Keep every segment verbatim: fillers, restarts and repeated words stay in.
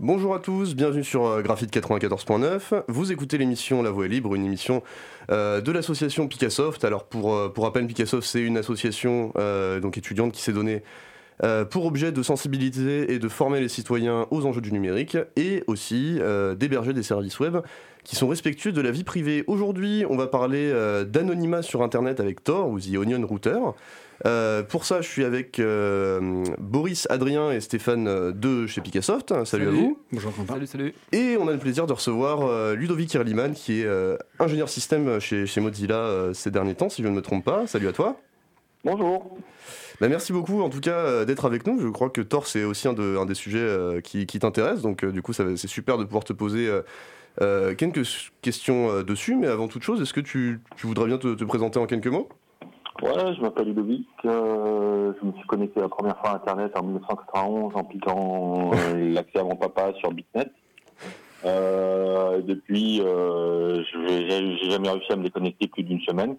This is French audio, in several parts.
Bonjour à tous, bienvenue sur euh, Graphite quatre-vingt-quatorze point neuf. Vous écoutez l'émission La Voix est libre, une émission euh, de l'association Picassoft. Alors pour, euh, pour rappel, Picassoft c'est une association euh, donc étudiante qui s'est donnée euh, pour objet de sensibiliser et de former les citoyens aux enjeux du numérique et aussi euh, d'héberger des services web qui sont respectueux de la vie privée. Aujourd'hui, on va parler euh, d'anonymat sur Internet avec Tor ou The Onion Router. Euh, pour ça, je suis avec euh, Boris, Adrien et Stéphane euh, de chez Picassoft. Salut, salut à vous. Bonjour Quentin. Salut, salut. Et on a le plaisir de recevoir euh, Ludovic Irliman, qui est euh, ingénieur système chez, chez Mozilla euh, ces derniers temps, si je ne me trompe pas. Salut à toi. Bonjour. Bah, merci beaucoup en tout cas euh, d'être avec nous. Je crois que Tor c'est aussi un, de, un des sujets euh, qui, qui t'intéresse, donc euh, du coup ça, c'est super de pouvoir te poser euh, euh, quelques questions euh, dessus. Mais avant toute chose, est-ce que tu, tu voudrais bien te, te présenter en quelques mots ? Ouais, je m'appelle Ludovic. Euh, je me suis connecté la première fois à Internet en dix-neuf cent quatre-vingt-onze en piquant euh, l'accès à mon papa sur Bitnet. Euh, depuis, euh, je j'ai jamais réussi à me déconnecter plus d'une semaine.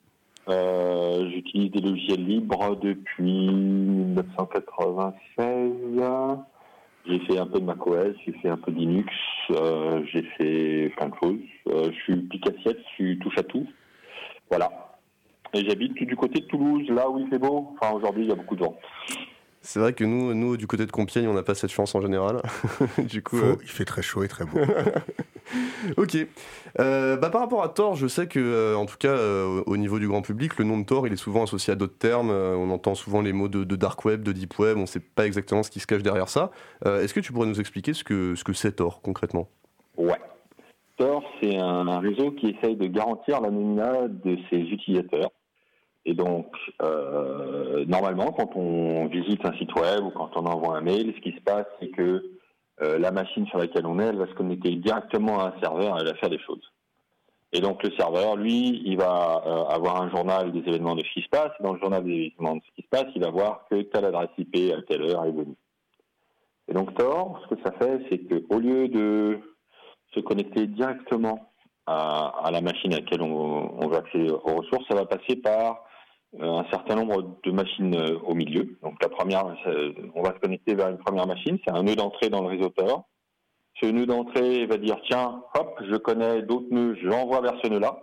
Euh, j'utilise des logiciels libres depuis dix-neuf cent quatre-vingt-seize. J'ai fait un peu de macOS, j'ai fait un peu de Linux, euh, j'ai fait plein de choses. Euh, je suis picassiette, je suis touche à tout. Voilà. Et j'habite tout du côté de Toulouse, là où il fait beau. Enfin, aujourd'hui, il y a beaucoup de vent. C'est vrai que nous, nous du côté de Compiègne, on n'a pas cette chance en général. Du coup, Faux, euh... il fait très chaud et très beau. Ok. Euh, bah, par rapport à Tor, je sais que, euh, en tout cas, euh, au niveau du grand public, le nom de Tor, il est souvent associé à d'autres termes. Euh, on entend souvent les mots de, de dark web, de deep web. On ne sait pas exactement ce qui se cache derrière ça. Euh, est-ce que tu pourrais nous expliquer ce que, ce que c'est Tor, concrètement ? Ouais. Tor, c'est un, un réseau qui essaye de garantir l'anonymat de ses utilisateurs. Et donc, euh, normalement, quand on visite un site web ou quand on envoie un mail, ce qui se passe, c'est que euh, la machine sur laquelle on est, elle va se connecter directement à un serveur et elle va faire des choses. Et donc, le serveur, lui, il va euh, avoir un journal des événements de ce qui se passe. Dans le journal des événements de ce qui se passe, il va voir que telle adresse I P à telle heure est venue. Et donc, Tor, ce que ça fait, c'est qu'au lieu de se connecter directement à, à la machine à laquelle on, on veut accéder aux ressources, ça va passer par un certain nombre de machines au milieu. Donc la première, on va se connecter vers une première machine, c'est un nœud d'entrée dans le réseau Tor. Ce nœud d'entrée va dire tiens, hop, je connais d'autres nœuds, je l'envoie vers ce nœud-là.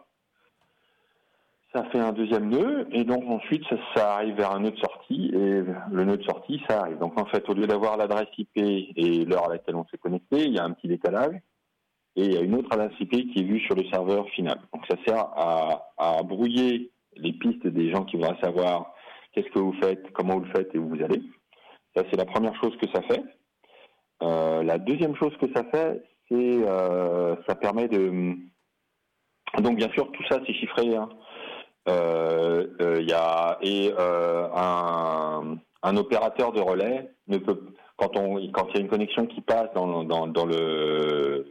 Ça fait un deuxième nœud, et donc ensuite ça, ça arrive vers un nœud de sortie, et le nœud de sortie, ça arrive. Donc en fait, au lieu d'avoir l'adresse I P et l'heure à laquelle on s'est connecté, il y a un petit décalage, et il y a une autre adresse I P qui est vue sur le serveur final. Donc ça sert à, à brouiller les pistes des gens qui voudraient savoir qu'est-ce que vous faites, comment vous le faites et où vous allez. Ça, c'est la première chose que ça fait. Euh, la deuxième chose que ça fait, c'est euh, ça permet de... Donc, bien sûr, tout ça, c'est chiffré. Hein. Euh, euh, y a... Et euh, un, un opérateur de relais ne peut... Quand on, quand il y a une connexion qui passe dans, dans, dans le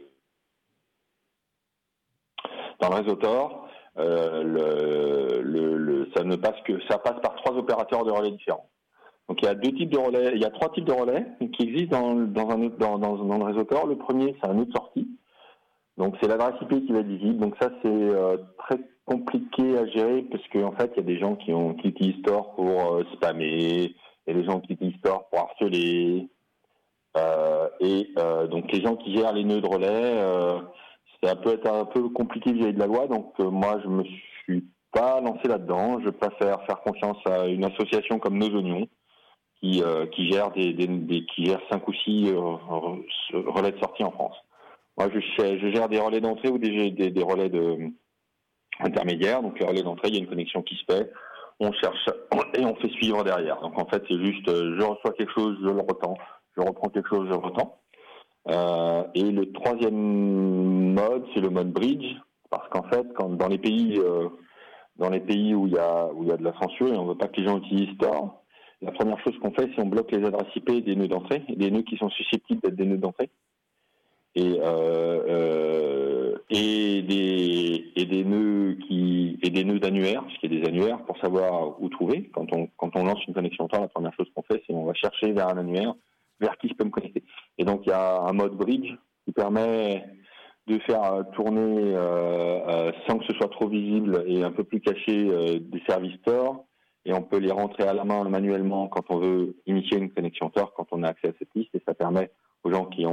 dans le réseau Tor, Euh, le, le, le, ça ne passe que ça passe par trois opérateurs de relais différents. Donc il y a deux types de relais, il y a trois types de relais qui existent dans, dans, un, dans, dans, dans le réseau Tor. Le premier, c'est un nœud de sortie. Donc c'est l'adresse I P qui va être visible. Donc ça c'est euh, très compliqué à gérer parce qu'en fait il y a des gens qui, ont, qui utilisent Tor pour euh, spammer, et des gens qui utilisent Tor pour harceler. Euh, et euh, donc les gens qui gèrent les nœuds de relais. Euh, Ça peut être un peu compliqué vis-à-vis de la loi, donc euh, moi je me suis pas lancé là-dedans. Je préfère faire confiance à une association comme Nos Oignons qui euh, qui gère des, des, des qui gère cinq ou six euh, relais de sortie en France. Moi je, je gère des relais d'entrée ou des, des, des relais de intermédiaires. Donc les relais d'entrée, il y a une connexion qui se fait, on cherche et on fait suivre derrière. Donc en fait c'est juste je reçois quelque chose, je le retends, je reprends quelque chose, je le retends. Euh, et le troisième mode, c'est le mode bridge, parce qu'en fait, quand dans les pays, euh, dans les pays où il y a où il y a de la censure et on veut pas que les gens utilisent Tor, la première chose qu'on fait, c'est on bloque les adresses I P des nœuds d'entrée, des nœuds qui sont susceptibles d'être des nœuds d'entrée, et euh, euh, et des et des nœuds qui et des nœuds d'annuaires, parce qu'il y a des annuaires pour savoir où trouver. Quand on quand on lance une connexion Tor, la première chose qu'on fait, c'est on va chercher vers un annuaire vers qui je peux me connecter. Et donc il y a un mode bridge qui permet de faire tourner euh, euh, sans que ce soit trop visible et un peu plus caché euh, des services Tor, et on peut les rentrer à la main manuellement quand on veut initier une connexion Tor, quand on a accès à cette liste, et ça permet aux gens qui ont euh,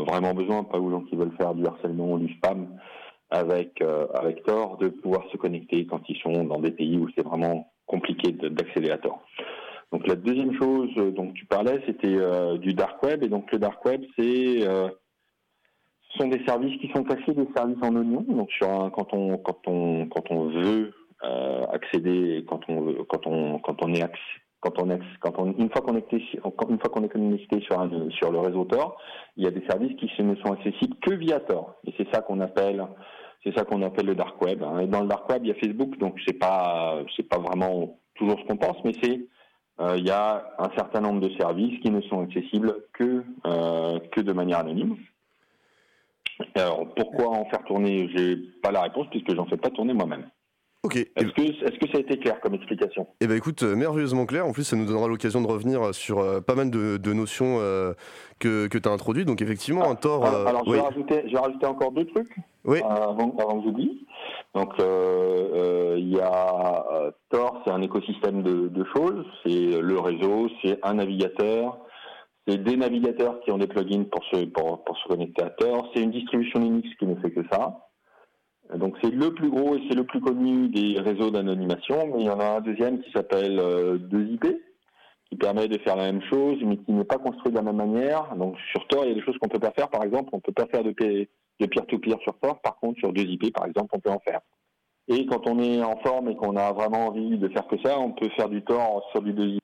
vraiment besoin, pas aux gens qui veulent faire du harcèlement ou du spam avec euh, avec Tor, de pouvoir se connecter quand ils sont dans des pays où c'est vraiment compliqué de, d'accéder à Tor. Donc la deuxième chose dont tu parlais, c'était euh, du dark web, et donc le dark web, c'est euh, ce sont des services qui sont classés des services en oignon. Donc sur un, quand on quand on quand on veut euh, accéder, quand on veut, quand on quand on est accès, quand on est quand on une fois connecté une fois qu'on est connecté sur un, sur le réseau Tor, il y a des services qui ne sont accessibles que via Tor, et c'est ça qu'on appelle c'est ça qu'on appelle le dark web. Et dans le dark web, il y a Facebook, donc c'est pas c'est pas vraiment toujours ce qu'on pense, mais c'est euh, il y a un certain nombre de services qui ne sont accessibles que euh, que de manière anonyme. Alors pourquoi en faire tourner, j'ai pas la réponse puisque j'en fais pas tourner moi-même. Ok. Est-ce que, est-ce que ça a été clair comme explication ? Eh ben écoute, euh, merveilleusement clair. En plus, ça nous donnera l'occasion de revenir sur euh, pas mal de, de notions euh, que, que tu as introduites. Donc effectivement, ah, un Tor... Alors, alors oui. je, vais rajouter, je vais rajouter encore deux trucs oui. euh, avant, avant que j'oublie. Donc il euh, euh, y a euh, Tor, c'est un écosystème de, de choses. C'est le réseau, c'est un navigateur, c'est des navigateurs qui ont des plugins pour se, pour, pour se connecter à Tor. C'est une distribution Linux qui ne fait que ça. Donc c'est le plus gros et c'est le plus connu des réseaux d'anonymation, mais il y en a un deuxième qui s'appelle euh, deux I P, qui permet de faire la même chose, mais qui n'est pas construit de la même manière. Donc sur Tor, il y a des choses qu'on ne peut pas faire. Par exemple, on ne peut pas faire de, p- de peer-to-peer sur Tor. Par contre, sur deux I P, par exemple, on peut en faire. Et quand on est en forme et qu'on a vraiment envie de faire que ça, on peut faire du Tor sur du deux I P.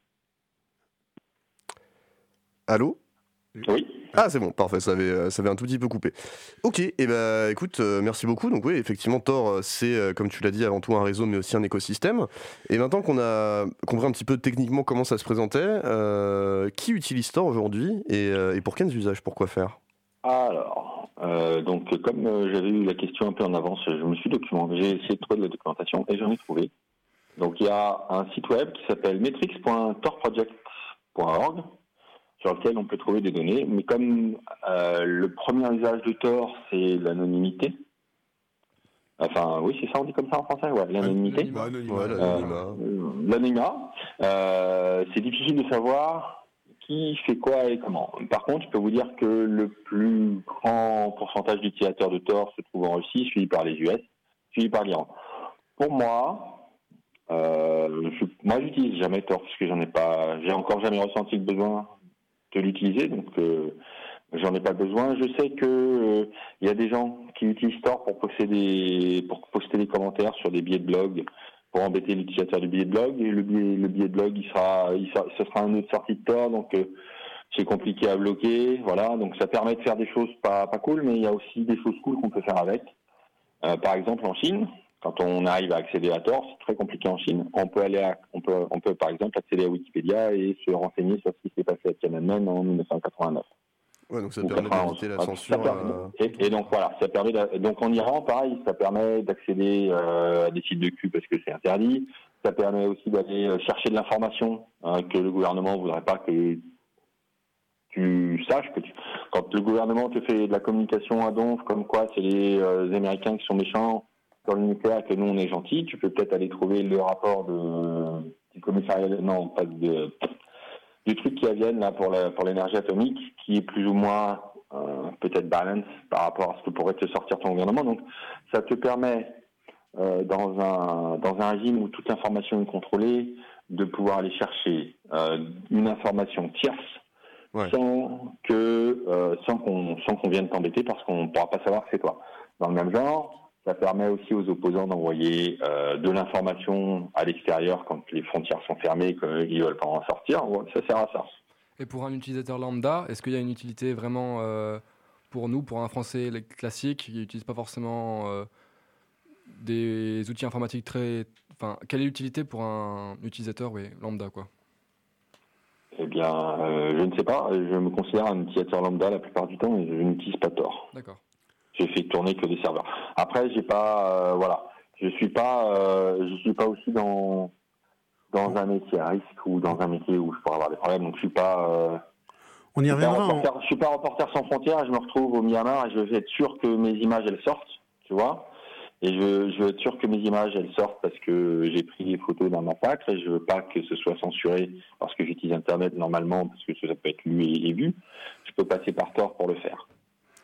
Allô ? Oui. Ah c'est bon, parfait, ça avait, ça avait un tout petit peu coupé. Ok, et eh ben écoute, euh, merci beaucoup. Donc oui, effectivement, Tor, c'est, euh, comme tu l'as dit, avant tout un réseau, mais aussi un écosystème. Et maintenant qu'on a compris un petit peu techniquement comment ça se présentait, euh, qui utilise Tor aujourd'hui et, euh, et pour quels usages, pourquoi faire ? Alors, euh, donc comme euh, j'avais eu la question un peu en avance, je me suis documenté, j'ai essayé de trouver de la documentation et j'en ai trouvé. Donc il y a un site web qui s'appelle metrics point tor project point org sur lequel on peut trouver des données, mais comme euh, le premier usage de Tor, c'est l'anonymité, enfin oui c'est ça on dit comme ça en français, ouais, l'anonymité, L'anonymat, l'anonymat. Ouais, l'anonymat. euh, l'anonymat, euh, c'est difficile de savoir qui fait quoi et comment. Par contre, je peux vous dire que le plus grand pourcentage d'utilisateurs de Tor se trouve en Russie, suivi par les U S, suivi par l'Iran. Pour moi, euh, je, moi j'utilise jamais Tor parce que j'en ai pas, j'ai encore jamais ressenti le besoin de l'utiliser, donc euh, j'en ai pas besoin. Je sais que euh, il y a des gens qui utilisent Tor pour poster des pour poster des commentaires sur des billets de blog, pour embêter l'utilisateur du billet de blog, et le billet le billet de blog il sera il sera ce sera un autre sortie de Tor, donc euh, c'est compliqué à bloquer, voilà. Donc ça permet de faire des choses pas pas cool, mais il y a aussi des choses cool qu'on peut faire avec. Euh, par exemple en Chine, quand on arrive à accéder à Tor, c'est très compliqué en Chine. On peut aller, à, on peut, on peut par exemple accéder à Wikipédia et se renseigner sur ce qui s'est passé à Tiananmen en dix-neuf cent quatre-vingt-neuf. Ouais, donc ça permet d'éviter la censure. Permet, euh... et, et donc voilà, ça permet. Donc en Iran, pareil, ça permet d'accéder euh, à des sites de cul parce que c'est interdit. Ça permet aussi d'aller chercher de l'information hein, que le gouvernement voudrait pas que tu saches que tu... quand le gouvernement te fait de la communication à donf, comme quoi c'est les, euh, les Américains qui sont méchants sur le nucléaire, que nous on est gentils, tu peux peut-être aller trouver le rapport de, du commissariat, non pas de, du truc qui viennent là pour, la, pour l'énergie atomique, qui est plus ou moins euh, peut-être balance par rapport à ce que pourrait te sortir ton gouvernement. Donc ça te permet euh, dans un dans un régime où toute l'information est contrôlée, de pouvoir aller chercher euh, une information tierce ouais. sans que euh, sans qu'on sans qu'on vienne t'embêter parce qu'on ne pourra pas savoir que c'est toi. Dans le même genre. Ça permet aussi aux opposants d'envoyer euh, de l'information à l'extérieur quand les frontières sont fermées et qu'ils ne veulent pas en sortir. Ouais, ça sert à ça. Et pour un utilisateur lambda, est-ce qu'il y a une utilité vraiment euh, pour nous, pour un Français classique qui n'utilise pas forcément euh, des outils informatiques très... Enfin, quelle est l'utilité pour un utilisateur oui, lambda quoi ? Eh bien, euh, je ne sais pas. Je me considère un utilisateur lambda la plupart du temps et je n'utilise pas Tor. D'accord. J'ai fait tourner que des serveurs. Après, j'ai pas, euh, voilà, je suis pas, euh, je suis pas aussi dans dans un métier à risque ou dans un métier où je pourrais avoir des problèmes. Donc, je suis pas. Euh, On y reviendra. Je ne suis pas reporter sans frontières. Et je me retrouve au Myanmar et je veux être sûr que mes images elles sortent, tu vois. Et je, je veux être sûr que mes images elles sortent parce que j'ai pris des photos d'un massacre et je veux pas que ce soit censuré parce que j'utilise Internet normalement parce que ça peut être lu et, et vu. Je peux passer par Tor pour le faire.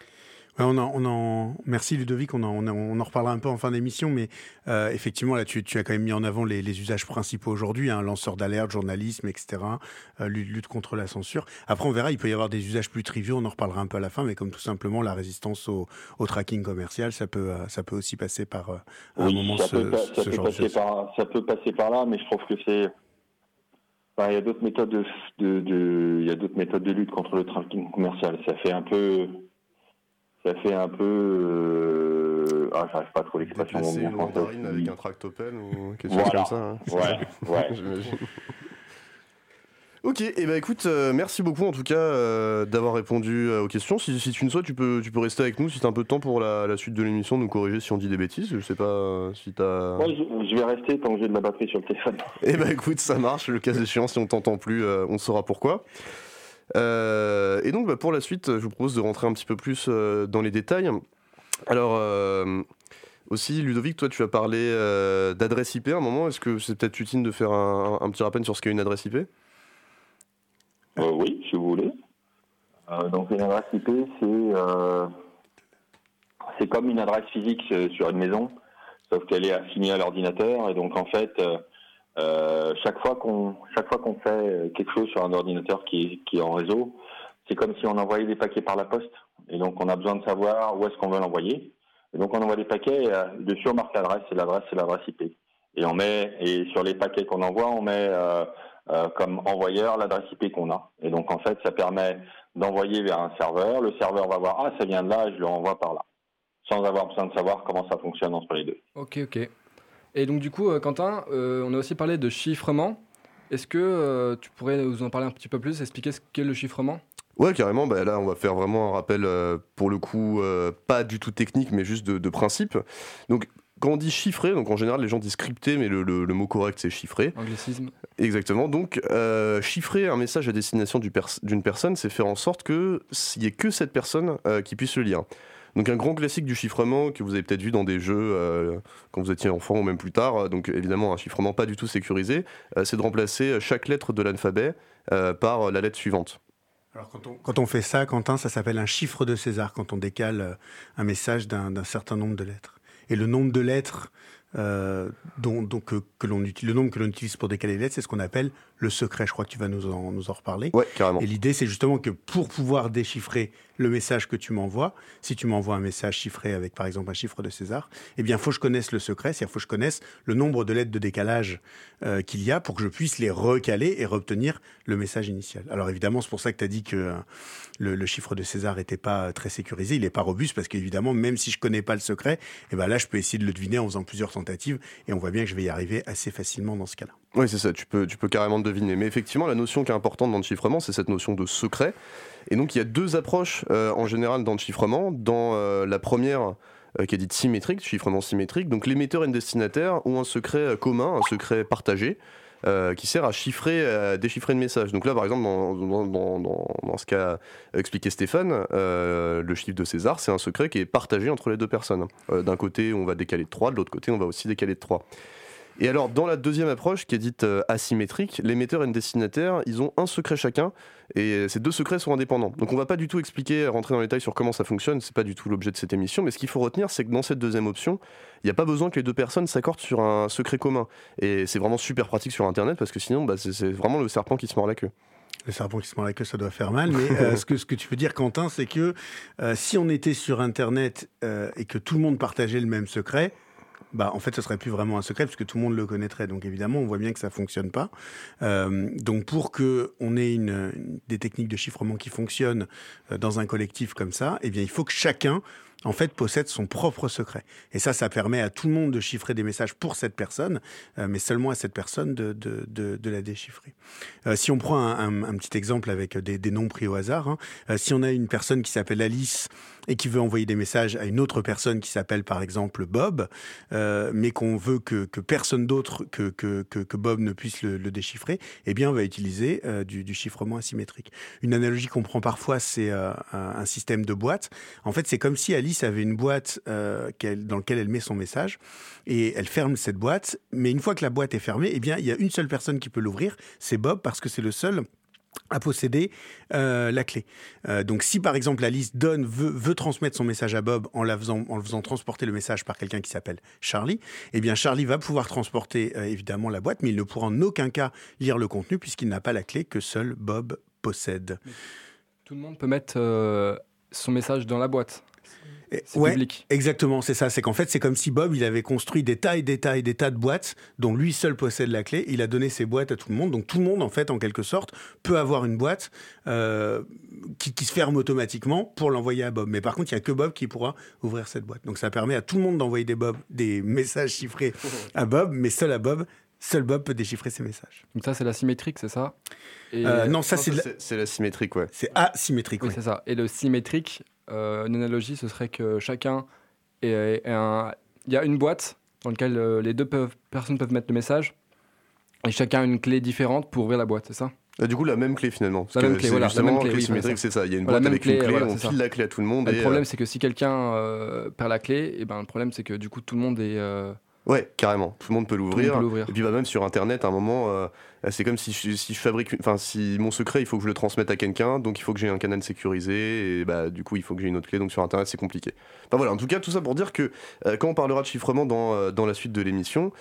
Ouais, on en, on en... Merci Ludovic, on en, on, en, on en reparlera un peu en fin d'émission, mais euh, effectivement, là, tu, tu as quand même mis en avant les, les usages principaux aujourd'hui, hein, lanceur d'alerte, journalisme, et cetera, euh, lutte, lutte contre la censure. Après, on verra, il peut y avoir des usages plus triviaux, on en reparlera un peu à la fin, mais comme tout simplement la résistance au, au tracking commercial, ça peut, euh, ça peut aussi passer par, euh, à oui, un moment, ça ce, peut, ce ça genre peut de choses. Par, ça peut passer par là, mais je trouve que c'est... Enfin, il y a d'autres méthodes de, de, de, il y a d'autres méthodes de lutte contre le tracking commercial. Ça fait un peu... Ça fait un peu... Euh... Ah, j'arrive pas à trouver l'expression. Déplacer une mandarine avec un tractopelle ou quelque chose voilà. comme ça. Hein. Ouais, ouais. J'imagine. Ok, et eh ben écoute, euh, merci beaucoup en tout cas euh, d'avoir répondu euh, aux questions. Si, si tu ne souhaites, tu peux, tu peux rester avec nous si tu as un peu de temps pour la, la suite de l'émission, nous corriger si on dit des bêtises. Je sais pas euh, si tu as. Ouais, je, je vais rester tant que j'ai de la batterie sur le téléphone. Et eh ben écoute, ça marche. Le cas échéant, si on t'entend plus, euh, on saura pourquoi. Euh, et donc bah, pour la suite, je vous propose de rentrer un petit peu plus euh, dans les détails. Alors. Euh, Aussi, Ludovic, toi, tu as parlé euh, d'adresse I P à un moment. Est-ce que c'est peut-être utile de faire un, un petit rappel sur ce qu'est une adresse I P ? euh, Oui, si vous voulez. Euh, donc, une adresse I P, c'est, euh, c'est comme une adresse physique sur une maison, sauf qu'elle est assignée à l'ordinateur. Et donc, en fait, euh, chaque fois qu'on, chaque fois qu'on fait quelque chose sur un ordinateur qui est, qui est en réseau, c'est comme si on envoyait des paquets par la poste. Et donc, on a besoin de savoir où est-ce qu'on veut l'envoyer. Et donc on envoie des paquets, euh, dessus on marque l'adresse, et l'adresse c'est l'adresse I P. Et on met, et sur les paquets qu'on envoie, on met euh, euh, comme envoyeur l'adresse I P qu'on a. Et donc en fait ça permet d'envoyer vers un serveur, le serveur va voir, ah ça vient de là, et je le renvoie par là. Sans avoir besoin de savoir comment ça fonctionne entre les deux. Ok, ok. Et donc du coup, euh, Quentin, euh, on a aussi parlé de chiffrement. Est-ce que euh, tu pourrais nous en parler un petit peu plus, expliquer ce qu'est le chiffrement ? Ouais, carrément. Bah, là, on va faire vraiment un rappel, euh, pour le coup, euh, pas du tout technique, mais juste de, de principe. Donc, quand on dit chiffré, donc en général, les gens disent crypté, mais le, le, le mot correct, c'est chiffré. Anglicisme. Exactement. Donc, euh, chiffrer un message à destination du pers- d'une personne, c'est faire en sorte qu'il n'y ait que cette personne euh, qui puisse le lire. Donc, un grand classique du chiffrement que vous avez peut-être vu dans des jeux euh, quand vous étiez enfant ou même plus tard, donc évidemment un chiffrement pas du tout sécurisé, euh, c'est de remplacer chaque lettre de l'alphabet euh, par la lettre suivante. Alors quand on, quand on fait ça, Quentin, ça s'appelle un chiffre de César, quand on décale un message d'un, d'un certain nombre de lettres. Et le nombre de lettres euh, dont, dont que, que l'on utilise, le nombre que l'on utilise pour décaler les lettres, c'est ce qu'on appelle le secret. Je crois que tu vas nous en, nous en reparler. Ouais, carrément. Et l'idée, c'est justement que pour pouvoir déchiffrer le message que tu m'envoies, si tu m'envoies un message chiffré avec, par exemple, un chiffre de César, eh bien, il faut que je connaisse le secret, c'est-à-dire faut que je connaisse le nombre de lettres de décalage euh, qu'il y a pour que je puisse les recaler et retenir le message initial. Alors évidemment, c'est pour ça que tu as dit que euh, le, le chiffre de César n'était pas très sécurisé, il n'est pas robuste, parce qu'évidemment, même si je ne connais pas le secret, eh ben là, je peux essayer de le deviner en faisant plusieurs tentatives, et on voit bien que je vais y arriver assez facilement dans ce cas-là. Oui, c'est ça, tu peux, tu peux carrément deviner. Mais effectivement, la notion qui est importante dans le chiffrement, c'est cette notion de secret. Et donc, il y a deux approches euh, en général dans le chiffrement. Dans euh, la première, euh, qui est dite symétrique, chiffrement symétrique, donc l'émetteur et le destinataire ont un secret commun, un secret partagé, euh, qui sert à chiffrer, à déchiffrer le message. Donc là, par exemple, dans, dans, dans, dans, dans ce qu'a expliqué Stéphane, euh, le chiffre de César, c'est un secret qui est partagé entre les deux personnes. Euh, d'un côté, on va décaler de trois, de l'autre côté, on va aussi décaler de trois. Et alors, dans la deuxième approche, qui est dite euh, asymétrique, l'émetteur et le destinataire, ils ont un secret chacun, et ces deux secrets sont indépendants. Donc on va pas du tout expliquer, rentrer dans les détails sur comment ça fonctionne, c'est pas du tout l'objet de cette émission, mais ce qu'il faut retenir, c'est que dans cette deuxième option, il n'y a pas besoin que les deux personnes s'accordent sur un secret commun. Et c'est vraiment super pratique sur Internet, parce que sinon, bah, c'est, c'est vraiment le serpent qui se mord la queue. Le serpent qui se mord la queue, ça doit faire mal, mais euh, ce, que, ce que tu peux dire, Quentin, c'est que euh, si on était sur Internet euh, et que tout le monde partageait le même secret, bah, en fait, ce serait plus vraiment un secret puisque tout le monde le connaîtrait. Donc, évidemment, on voit bien que ça fonctionne pas. Euh, donc, pour que on ait une, une, des techniques de chiffrement qui fonctionnent euh, dans un collectif comme ça, eh bien, il faut que chacun, en fait, possède son propre secret. Et ça, ça permet à tout le monde de chiffrer des messages pour cette personne, euh, mais seulement à cette personne de, de, de, de la déchiffrer. Euh, si on prend un, un, un petit exemple avec des, des noms pris au hasard, hein, euh, si on a une personne qui s'appelle Alice et qui veut envoyer des messages à une autre personne qui s'appelle par exemple Bob, euh, mais qu'on veut que, que personne d'autre que, que, que, que Bob ne puisse le, le déchiffrer, eh bien on va utiliser euh, du, du chiffrement asymétrique. Une analogie qu'on prend parfois, c'est euh, un système de boîte. En fait, c'est comme si Alice avait une boîte euh, qu'elle, dans laquelle elle met son message et elle ferme cette boîte, mais une fois que la boîte est fermée, eh bien il y a une seule personne qui peut l'ouvrir, c'est Bob, parce que c'est le seul à posséder euh, la clé. Euh, donc si par exemple Alice donne, veut, veut transmettre son message à Bob en, la faisant, en le faisant transporter le message par quelqu'un qui s'appelle Charlie, eh bien Charlie va pouvoir transporter euh, évidemment la boîte, mais il ne pourra en aucun cas lire le contenu puisqu'il n'a pas la clé que seul Bob possède. Mais tout le monde peut mettre euh, son message dans la boîte. C'est ouais, public. Exactement, c'est ça. C'est qu'en fait, c'est comme si Bob, il avait construit des tas et des tas et des tas de boîtes dont lui seul possède la clé. Il a donné ces boîtes à tout le monde. Donc tout le monde, en fait, en quelque sorte, peut avoir une boîte euh, qui, qui se ferme automatiquement pour l'envoyer à Bob. Mais par contre, il n'y a que Bob qui pourra ouvrir cette boîte. Donc ça permet à tout le monde d'envoyer des, Bob, des messages chiffrés à Bob, mais seul à Bob. Seul Bob peut déchiffrer ses messages. Donc ça, c'est la symétrique, c'est ça? Et euh, Non, ça, non, c'est, ça la... c'est, c'est la symétrique, ouais. C'est asymétrique, oui. Ouais. C'est ça. Et le symétrique, euh, une analogie, ce serait que chacun ait, ait un... Il y a une boîte dans laquelle euh, les deux peuvent, personnes peuvent mettre le message, et chacun a une clé différente pour ouvrir la boîte, c'est ça? Ah, du coup, la même clé finalement. Parce la que même clé, c'est voilà. Justement, la même clé, clé oui, symétrique, c'est ça. Il y a une voilà, boîte avec clé, une clé, voilà, on file la clé à tout le monde. Et et le problème, euh... c'est que si quelqu'un euh, perd la clé, et ben, le problème, c'est que du coup, tout le monde est... Euh... Ouais, carrément. Tout le monde peut l'ouvrir. Peut l'ouvrir. Et puis bah, même sur Internet, à un moment, euh, c'est comme si je, si je fabrique, enfin si mon secret, il faut que je le transmette à quelqu'un, donc il faut que j'ai un canal sécurisé, et bah du coup il faut que j'ai une autre clé, donc sur Internet c'est compliqué. Enfin voilà, en tout cas tout ça pour dire que euh, quand on parlera de chiffrement dans euh, dans la suite de l'émission,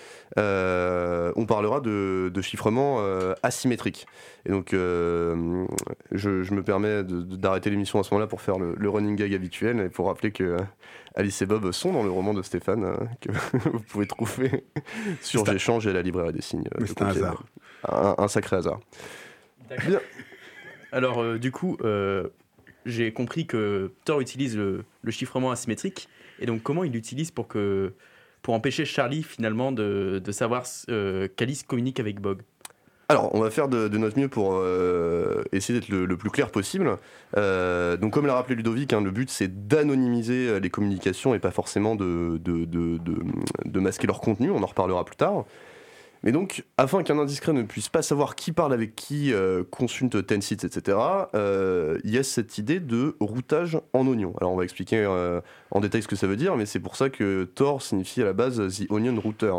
euh, on parlera de, de chiffrement euh, asymétrique. Et donc euh, je, je me permets de, de, d'arrêter l'émission à ce moment-là pour faire le, le running gag habituel et pour rappeler que euh, Alice et Bob sont dans le roman de Stéphane euh, que vous pouvez trouver sur J'échange et à la librairie des signes. Mais c'est un hasard. Un, un sacré hasard. Bien. Alors, euh, du coup, euh, j'ai compris que Thor utilise le, le chiffrement asymétrique. Et donc, comment il l'utilise pour, que, pour empêcher Charlie, finalement, de, de savoir euh, qu'Alice communique avec Bob? Alors, on va faire de, de notre mieux pour euh, essayer d'être le, le plus clair possible. Euh, donc, comme l'a rappelé Ludovic, hein, le but c'est d'anonymiser les communications et pas forcément de, de, de, de, de masquer leur contenu. On en reparlera plus tard. Mais donc, afin qu'un indiscret ne puisse pas savoir qui parle avec qui, euh, consulte tel site, et cetera, euh, il y a cette idée de routage en oignon. Alors, on va expliquer euh, en détail ce que ça veut dire, mais c'est pour ça que Tor signifie à la base The Onion Router.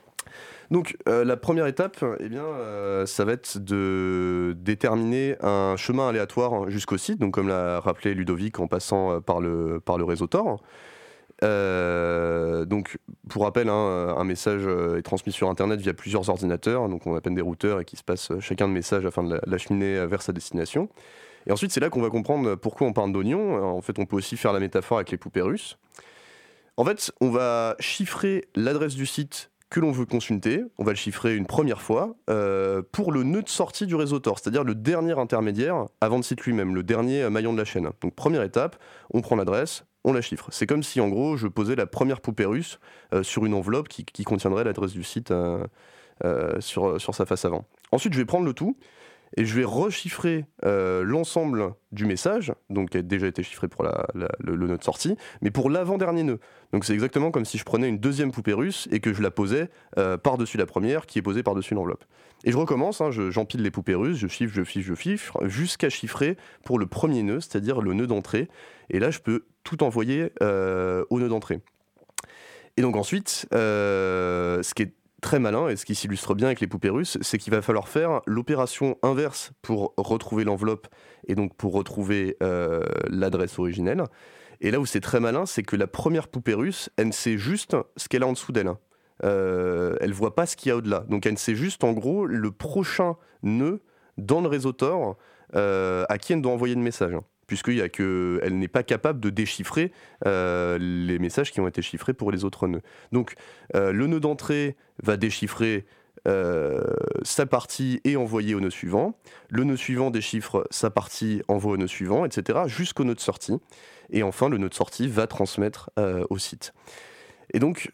Donc euh, la première étape, eh bien, euh, ça va être de déterminer un chemin aléatoire jusqu'au site, donc comme l'a rappelé Ludovic en passant par le, par le réseau Tor. Euh, donc pour rappel, hein, un message est transmis sur Internet via plusieurs ordinateurs, donc on appelle des routeurs et qui se passe chacun de messages afin de l'acheminer vers sa destination. Et ensuite c'est là qu'on va comprendre pourquoi on parle d'oignon. En fait on peut aussi faire la métaphore avec les poupées russes. En fait on va chiffrer l'adresse du site que l'on veut consulter, on va le chiffrer une première fois euh, pour le nœud de sortie du réseau Tor, c'est-à-dire le dernier intermédiaire avant le site lui-même, le dernier maillon de la chaîne. Donc première étape, on prend l'adresse, on la chiffre. C'est comme si en gros je posais la première poupée russe euh, sur une enveloppe qui, qui contiendrait l'adresse du site euh, euh, sur, sur sa face avant. Ensuite je vais prendre le tout et je vais rechiffrer euh, l'ensemble du message, donc qui a déjà été chiffré pour la, la, le, le nœud de sortie, mais pour l'avant-dernier nœud. Donc c'est exactement comme si je prenais une deuxième poupée russe et que je la posais euh, par-dessus la première, qui est posée par-dessus l'enveloppe. Et je recommence, hein, je, j'empile les poupées russes, je chiffre, je chiffre, je chiffre, jusqu'à chiffrer pour le premier nœud, c'est-à-dire le nœud d'entrée. Et là, je peux tout envoyer euh, au nœud d'entrée. Et donc ensuite, euh, ce qui est très malin, et ce qui s'illustre bien avec les poupées russes, c'est qu'il va falloir faire l'opération inverse pour retrouver l'enveloppe et donc pour retrouver euh, l'adresse originelle. Et là où c'est très malin, c'est que la première poupée russe, elle sait juste ce qu'elle a en dessous d'elle. Euh, elle voit pas ce qu'il y a au-delà. Donc elle sait juste en gros le prochain nœud dans le réseau Tor euh, à qui elle doit envoyer le message. Puisqu'il y a que, elle n'est pas capable de déchiffrer euh, les messages qui ont été chiffrés pour les autres nœuds. Donc, euh, le nœud d'entrée va déchiffrer euh, sa partie et envoyer au nœud suivant. Le nœud suivant déchiffre sa partie, envoie au nœud suivant, et cetera, jusqu'au nœud de sortie. Et enfin, le nœud de sortie va transmettre euh, au site. Et donc,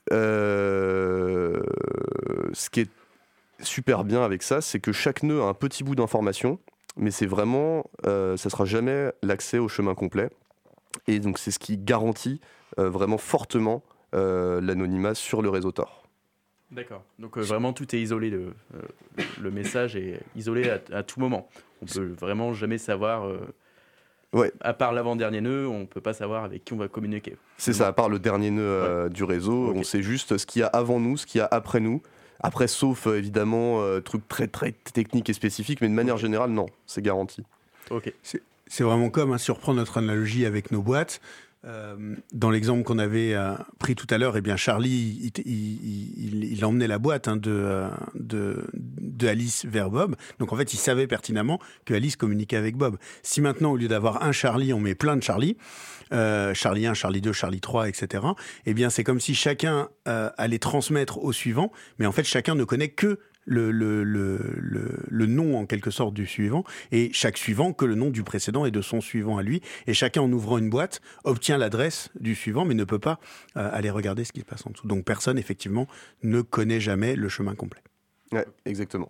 euh, ce qui est super bien avec ça, c'est que chaque nœud a un petit bout d'information, mais c'est vraiment, euh, ça sera jamais l'accès au chemin complet. Et donc c'est ce qui garantit euh, vraiment fortement euh, l'anonymat sur le réseau Tor. D'accord. Donc euh, vraiment tout est isolé, le, euh, le message est isolé à, à tout moment. On peut vraiment jamais savoir. Euh, ouais. À part l'avant-dernier nœud, on peut pas savoir avec qui on va communiquer. C'est ça. À part le dernier nœud euh, ouais. du réseau, okay. On sait juste ce qu'il y a avant nous, ce qu'il y a après nous. Après, sauf euh, évidemment euh, trucs très très techniques et spécifiques, mais de manière générale, non, c'est garanti. Ok. C'est, c'est vraiment comme, hein, si on reprend notre analogie avec nos boîtes, euh, dans l'exemple qu'on avait euh, pris tout à l'heure, eh bien Charlie, il, il, il, il emmenait la boîte hein, de, euh, de, de Alice vers Bob. Donc en fait, il savait pertinemment que Alice communiquait avec Bob. Si maintenant, au lieu d'avoir un Charlie, on met plein de Charlie, euh, Charlie un, Charlie deux, Charlie trois, et cetera, eh bien c'est comme si chacun euh, allait transmettre au suivant, mais en fait, chacun ne connaît que Le, le, le, le, le nom en quelque sorte du suivant, et chaque suivant que le nom du précédent et de son suivant à lui, et chacun en ouvrant une boîte obtient l'adresse du suivant mais ne peut pas euh, aller regarder ce qui se passe en dessous. Donc personne effectivement ne connaît jamais le chemin complet. Ouais, exactement.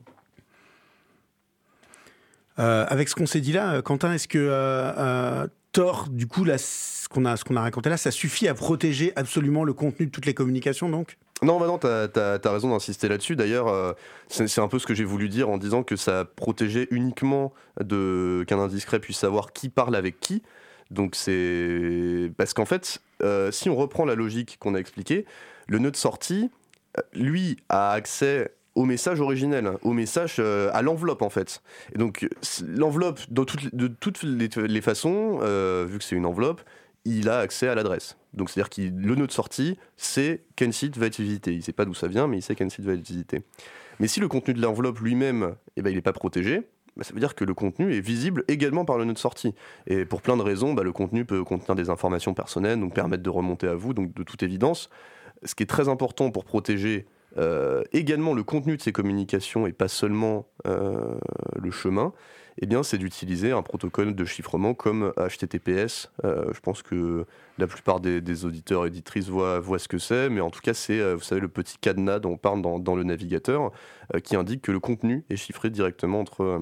Euh, avec ce qu'on s'est dit là, Quentin, est-ce que euh, euh, Tor, du coup, là, ce qu'on a, ce qu'on a raconté là, ça suffit à protéger absolument le contenu de toutes les communications donc ? Non, bah non, t'as, t'as, t'as raison d'insister là-dessus. D'ailleurs, euh, c'est, c'est un peu ce que j'ai voulu dire en disant que ça protégeait uniquement de, qu'un indiscret puisse savoir qui parle avec qui. Donc c'est... Parce qu'en fait, euh, si on reprend la logique qu'on a expliquée, le nœud de sortie, lui, a accès au message originel, au message, euh, à l'enveloppe en fait. Et donc l'enveloppe, de toutes, de toutes les, les façons, euh, vu que c'est une enveloppe, il a accès à l'adresse. Donc c'est-à-dire que le nœud de sortie, c'est quel site va être visité. Il ne sait pas d'où ça vient, mais il sait quel site va être visité. Mais si le contenu de l'enveloppe lui-même, eh ben, il n'est pas protégé, bah, ça veut dire que le contenu est visible également par le nœud de sortie. Et pour plein de raisons, bah, le contenu peut contenir des informations personnelles, donc permettre de remonter à vous, donc de toute évidence. Ce qui est très important pour protéger euh, également le contenu de ces communications et pas seulement euh, le chemin, eh bien, c'est d'utiliser un protocole de chiffrement comme H T T P S. Euh, je pense que la plupart des, des auditeurs et éditrices voient, voient ce que c'est, mais en tout cas, c'est, euh, vous savez, le petit cadenas dont on parle dans, dans le navigateur, euh, qui indique que le contenu est chiffré directement entre euh,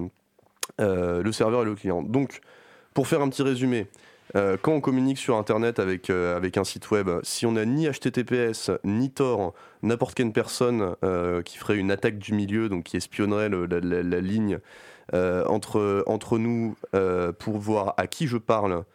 euh, le serveur et le client. Donc, pour faire un petit résumé, euh, quand on communique sur Internet avec, euh, avec un site web, si on n'a ni H T T P S, ni Tor, n'importe quelle personne euh, qui ferait une attaque du milieu, donc qui espionnerait le, la, la, la ligne, Euh, entre, entre nous euh, pour voir à qui je parle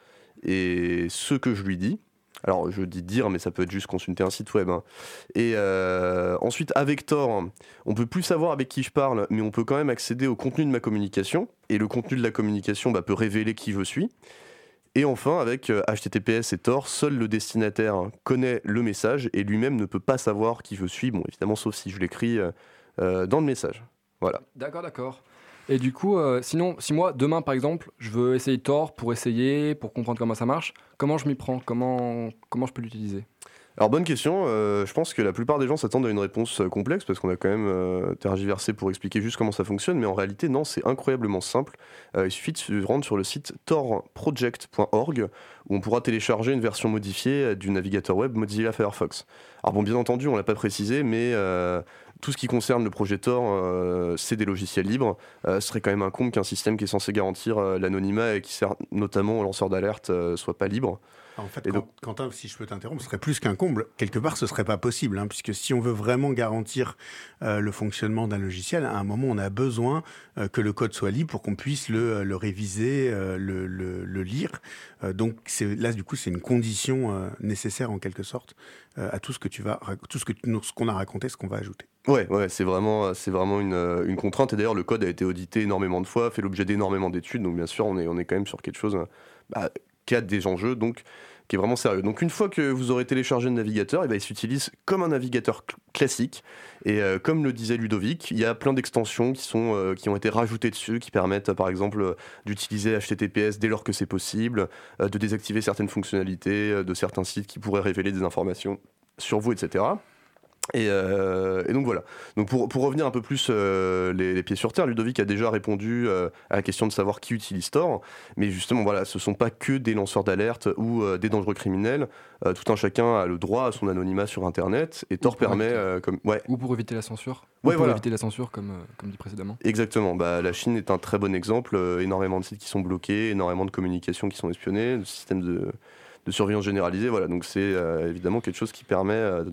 et ce que je lui dis. Alors je dis dire, mais ça peut être juste consulter un site web. Hein. Et euh, ensuite avec Tor, on peut plus savoir avec qui je parle, mais on peut quand même accéder au contenu de ma communication. Et le contenu de la communication bah, peut révéler qui je suis. Et enfin, avec euh, H T T P S et Tor, seul le destinataire connaît le message et lui-même ne peut pas savoir qui je suis. Bon, évidemment, sauf si je l'écris euh, euh, dans le message. Voilà. D'accord, d'accord. Et du coup, euh, sinon, si moi, demain, par exemple, je veux essayer Tor pour essayer, pour comprendre comment ça marche, comment je m'y prends ? Comment, comment je peux l'utiliser ? Alors, bonne question. Euh, je pense que la plupart des gens s'attendent à une réponse euh, complexe parce qu'on a quand même euh, tergiversé pour expliquer juste comment ça fonctionne, mais en réalité, non, c'est incroyablement simple. Euh, il suffit de se rendre sur le site tor project point org où on pourra télécharger une version modifiée du navigateur web Mozilla Firefox. Alors, bon, bien entendu, on ne l'a pas précisé, mais... Euh, tout ce qui concerne le projet Tor, euh, c'est des logiciels libres. Euh, ce serait quand même un comble qu'un système qui est censé garantir euh, l'anonymat et qui sert notamment aux lanceurs d'alerte euh, soit pas libre. En fait, et quand, donc, Quentin, si je peux t'interrompre, ce serait plus qu'un comble. Quelque part, ce serait pas possible, hein, puisque si on veut vraiment garantir euh, le fonctionnement d'un logiciel, à un moment, on a besoin euh, que le code soit libre pour qu'on puisse le, le réviser, euh, le, le, le lire. Euh, donc c'est, là, du coup, c'est une condition euh, nécessaire en quelque sorte euh, à tout ce que tu vas, tout ce que ce qu'on a raconté, ce qu'on va ajouter. Ouais, ouais, c'est vraiment, c'est vraiment une, une contrainte. Et d'ailleurs, le code a été audité énormément de fois, fait l'objet d'énormément d'études. Donc, bien sûr, on est, on est quand même sur quelque chose bah, qui a des enjeux, donc qui est vraiment sérieux. Donc, une fois que vous aurez téléchargé le navigateur, et bah, il s'utilise comme un navigateur cl- classique. Et euh, comme le disait Ludovic, il y a plein d'extensions qui, sont, euh, qui ont été rajoutées dessus, qui permettent, par exemple, euh, d'utiliser H T T P S dès lors que c'est possible, euh, de désactiver certaines fonctionnalités euh, de certains sites qui pourraient révéler des informations sur vous, et cetera. Et, euh, et donc voilà. Donc pour, pour revenir un peu plus euh, les, les pieds sur terre, Ludovic a déjà répondu euh, à la question de savoir qui utilise Tor. Mais justement, voilà, ce ne sont pas que des lanceurs d'alerte ou euh, des dangereux criminels. Euh, tout un chacun a le droit à son anonymat sur Internet. Et Tor permet... Euh, comme, ouais. Ou pour éviter la censure. Ouais, ou pour voilà. éviter la censure, comme, euh, comme dit précédemment. Exactement. Bah, la Chine est un très bon exemple. Euh, énormément de sites qui sont bloqués, énormément de communications qui sont espionnées, de systèmes de, de surveillance généralisée. Voilà. Donc c'est euh, évidemment quelque chose qui permet... Euh,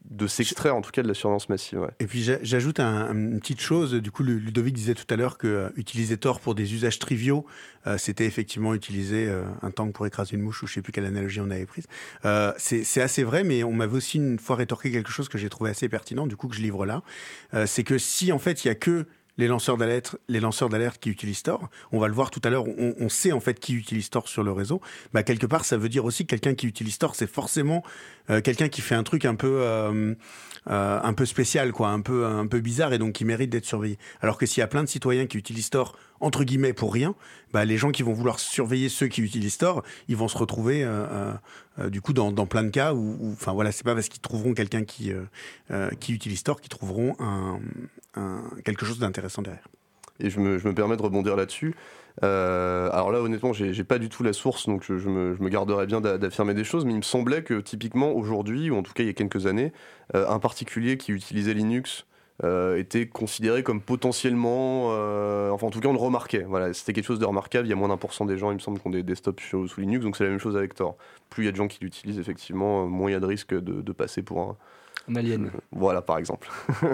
de s'extraire en tout cas de la surveillance massive. Ouais. Et puis j'a- j'ajoute un, une petite chose. Du coup, le- Ludovic disait tout à l'heure que euh, utiliser Tor pour des usages triviaux, euh, c'était effectivement utiliser euh, un tank pour écraser une mouche, ou je sais plus quelle analogie on avait prise. Euh, c'est, c'est assez vrai, mais on m'avait aussi une fois rétorqué quelque chose que j'ai trouvé assez pertinent, du coup que je livre là. Euh, c'est que si en fait il y a que les lanceurs d'alerte, les lanceurs d'alerte qui utilisent Tor, on va le voir tout à l'heure, on, on sait en fait qui utilise Tor sur le réseau. Bah, quelque part, ça veut dire aussi que quelqu'un qui utilise Tor, c'est forcément euh, quelqu'un qui fait un truc un peu, euh, euh, un peu spécial, quoi, un peu, un peu bizarre, et donc qui mérite d'être surveillé. Alors que s'il y a plein de citoyens qui utilisent Tor entre guillemets pour rien, bah, les gens qui vont vouloir surveiller ceux qui utilisent Tor, ils vont se retrouver euh, euh, euh, du coup dans, dans plein de cas où, enfin voilà, c'est pas parce qu'ils trouveront quelqu'un qui euh, euh, qui utilise Tor qu'ils trouveront un, un quelque chose d'intéressant derrière. Et je me, je me permets de rebondir là-dessus. Euh, alors là, honnêtement, j'ai, j'ai pas du tout la source, donc je, je, me, je me garderais bien d'a, d'affirmer des choses, mais il me semblait que typiquement aujourd'hui, ou en tout cas il y a quelques années, euh, un particulier qui utilisait Linux euh, était considéré comme potentiellement, euh, enfin en tout cas on le remarquait. Voilà, c'était quelque chose de remarquable. Il y a moins d'un pour cent des gens, il me semble, qui ont des desktops sous, sous Linux, donc c'est la même chose avec Tor. Plus il y a de gens qui l'utilisent, effectivement, moins il y a de risque de, de passer pour un Un alien. Euh, voilà, par exemple.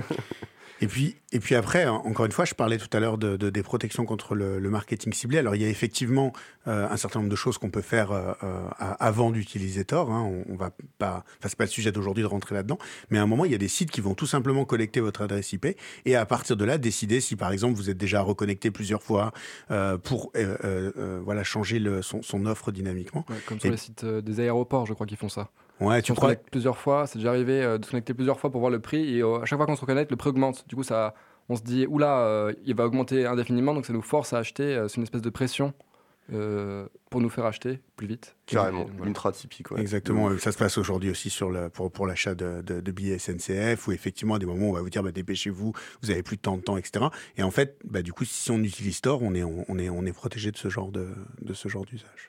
Et puis, et puis après, encore une fois, je parlais tout à l'heure de, de, des protections contre le, le marketing ciblé. Alors, il y a effectivement euh, un certain nombre de choses qu'on peut faire euh, euh, avant d'utiliser Tor. Hein. On, on va pas, enfin, c'est pas le sujet d'aujourd'hui de rentrer là-dedans. Mais à un moment, il y a des sites qui vont tout simplement collecter votre adresse I P et à partir de là, décider si, par exemple, vous êtes déjà reconnecté plusieurs fois euh, pour euh, euh, voilà, changer le, son, son offre dynamiquement. Ouais, comme sur et... les sites euh, des aéroports, je crois qu'ils font ça. Ouais, tu on crois se connecte plusieurs fois, c'est déjà arrivé euh, de se connecter plusieurs fois pour voir le prix et euh, à chaque fois qu'on se reconnecte, le prix augmente. Du coup, ça, on se dit, oula, euh, il va augmenter indéfiniment, donc ça nous force à acheter. Euh, c'est une espèce de pression euh, pour nous faire acheter plus vite. Carrément, Et, voilà. ultra typique. Ouais. Exactement, ça se passe aujourd'hui aussi sur le, pour, pour l'achat de, de, de billets S N C F, où effectivement, à des moments, on va vous dire, bah, dépêchez-vous, vous avez plus de temps de temps, et cetera. Et en fait, bah, du coup, si on utilise Tor, on est, on est, on est protégé de ce genre, de, de ce genre d'usage.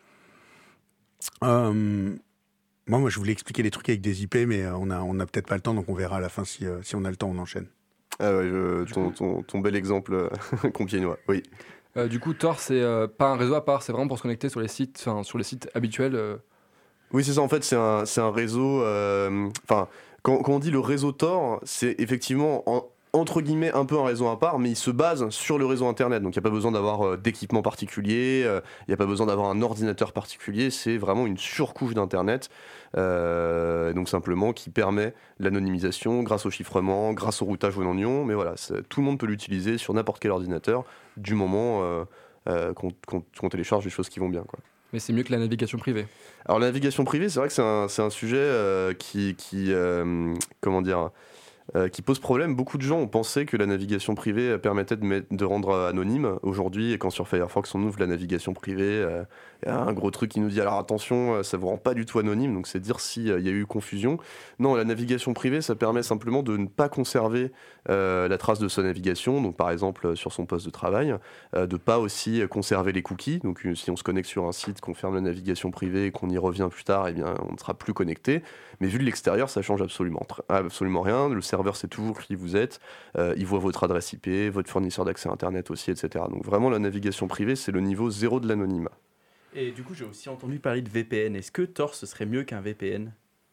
Euh, moi, moi, je voulais expliquer les trucs avec des I P, mais euh, on a, on a peut-être pas le temps, donc on verra à la fin si, euh, si on a le temps, on enchaîne. Ah ouais, je, ton, ton, ton bel exemple euh, compiègnois, oui. Euh, du coup, Tor, c'est euh, pas un réseau à part, c'est vraiment pour se connecter sur les sites, enfin, sur les sites habituels. Euh. Oui, c'est ça, en fait, c'est un, c'est un réseau. Enfin, euh, quand, quand on dit le réseau Tor, c'est effectivement. En, entre guillemets un peu un réseau à part, mais il se base sur le réseau internet, donc il n'y a pas besoin d'avoir euh, d'équipement particulier, il euh, n'y a pas besoin d'avoir un ordinateur particulier, c'est vraiment une surcouche d'internet, euh, donc simplement qui permet l'anonymisation grâce au chiffrement, grâce au routage au non-ion, mais voilà, tout le monde peut l'utiliser sur n'importe quel ordinateur du moment euh, euh, qu'on, qu'on, qu'on télécharge des choses qui vont bien, quoi. Mais c'est mieux que la navigation privée. Alors la navigation privée, c'est vrai que c'est un, c'est un sujet euh, qui, qui euh, comment dire, Euh, qui pose problème. Beaucoup de gens ont pensé que la navigation privée permettait de, mettre, de rendre anonyme. Aujourd'hui, quand sur Firefox on ouvre la navigation privée, il euh, y a un gros truc qui nous dit alors attention, ça vous rend pas du tout anonyme, donc c'est dire s'il euh, y a eu confusion. Non, la navigation privée, ça permet simplement de ne pas conserver euh, la trace de sa navigation, donc par exemple sur son poste de travail, euh, de pas aussi conserver les cookies. Donc si on se connecte sur un site, qu'on ferme la navigation privée et qu'on y revient plus tard, eh bien, on ne sera plus connecté. Mais vu de l'extérieur, ça change absolument, absolument rien. Le serveur sait toujours qui vous êtes, euh, il voit votre adresse I P, votre fournisseur d'accès Internet aussi, et cetera. Donc vraiment, la navigation privée, c'est le niveau zéro de l'anonymat. Et du coup, j'ai aussi entendu parler de V P N. Est-ce que Tor, ce serait mieux qu'un V P N ?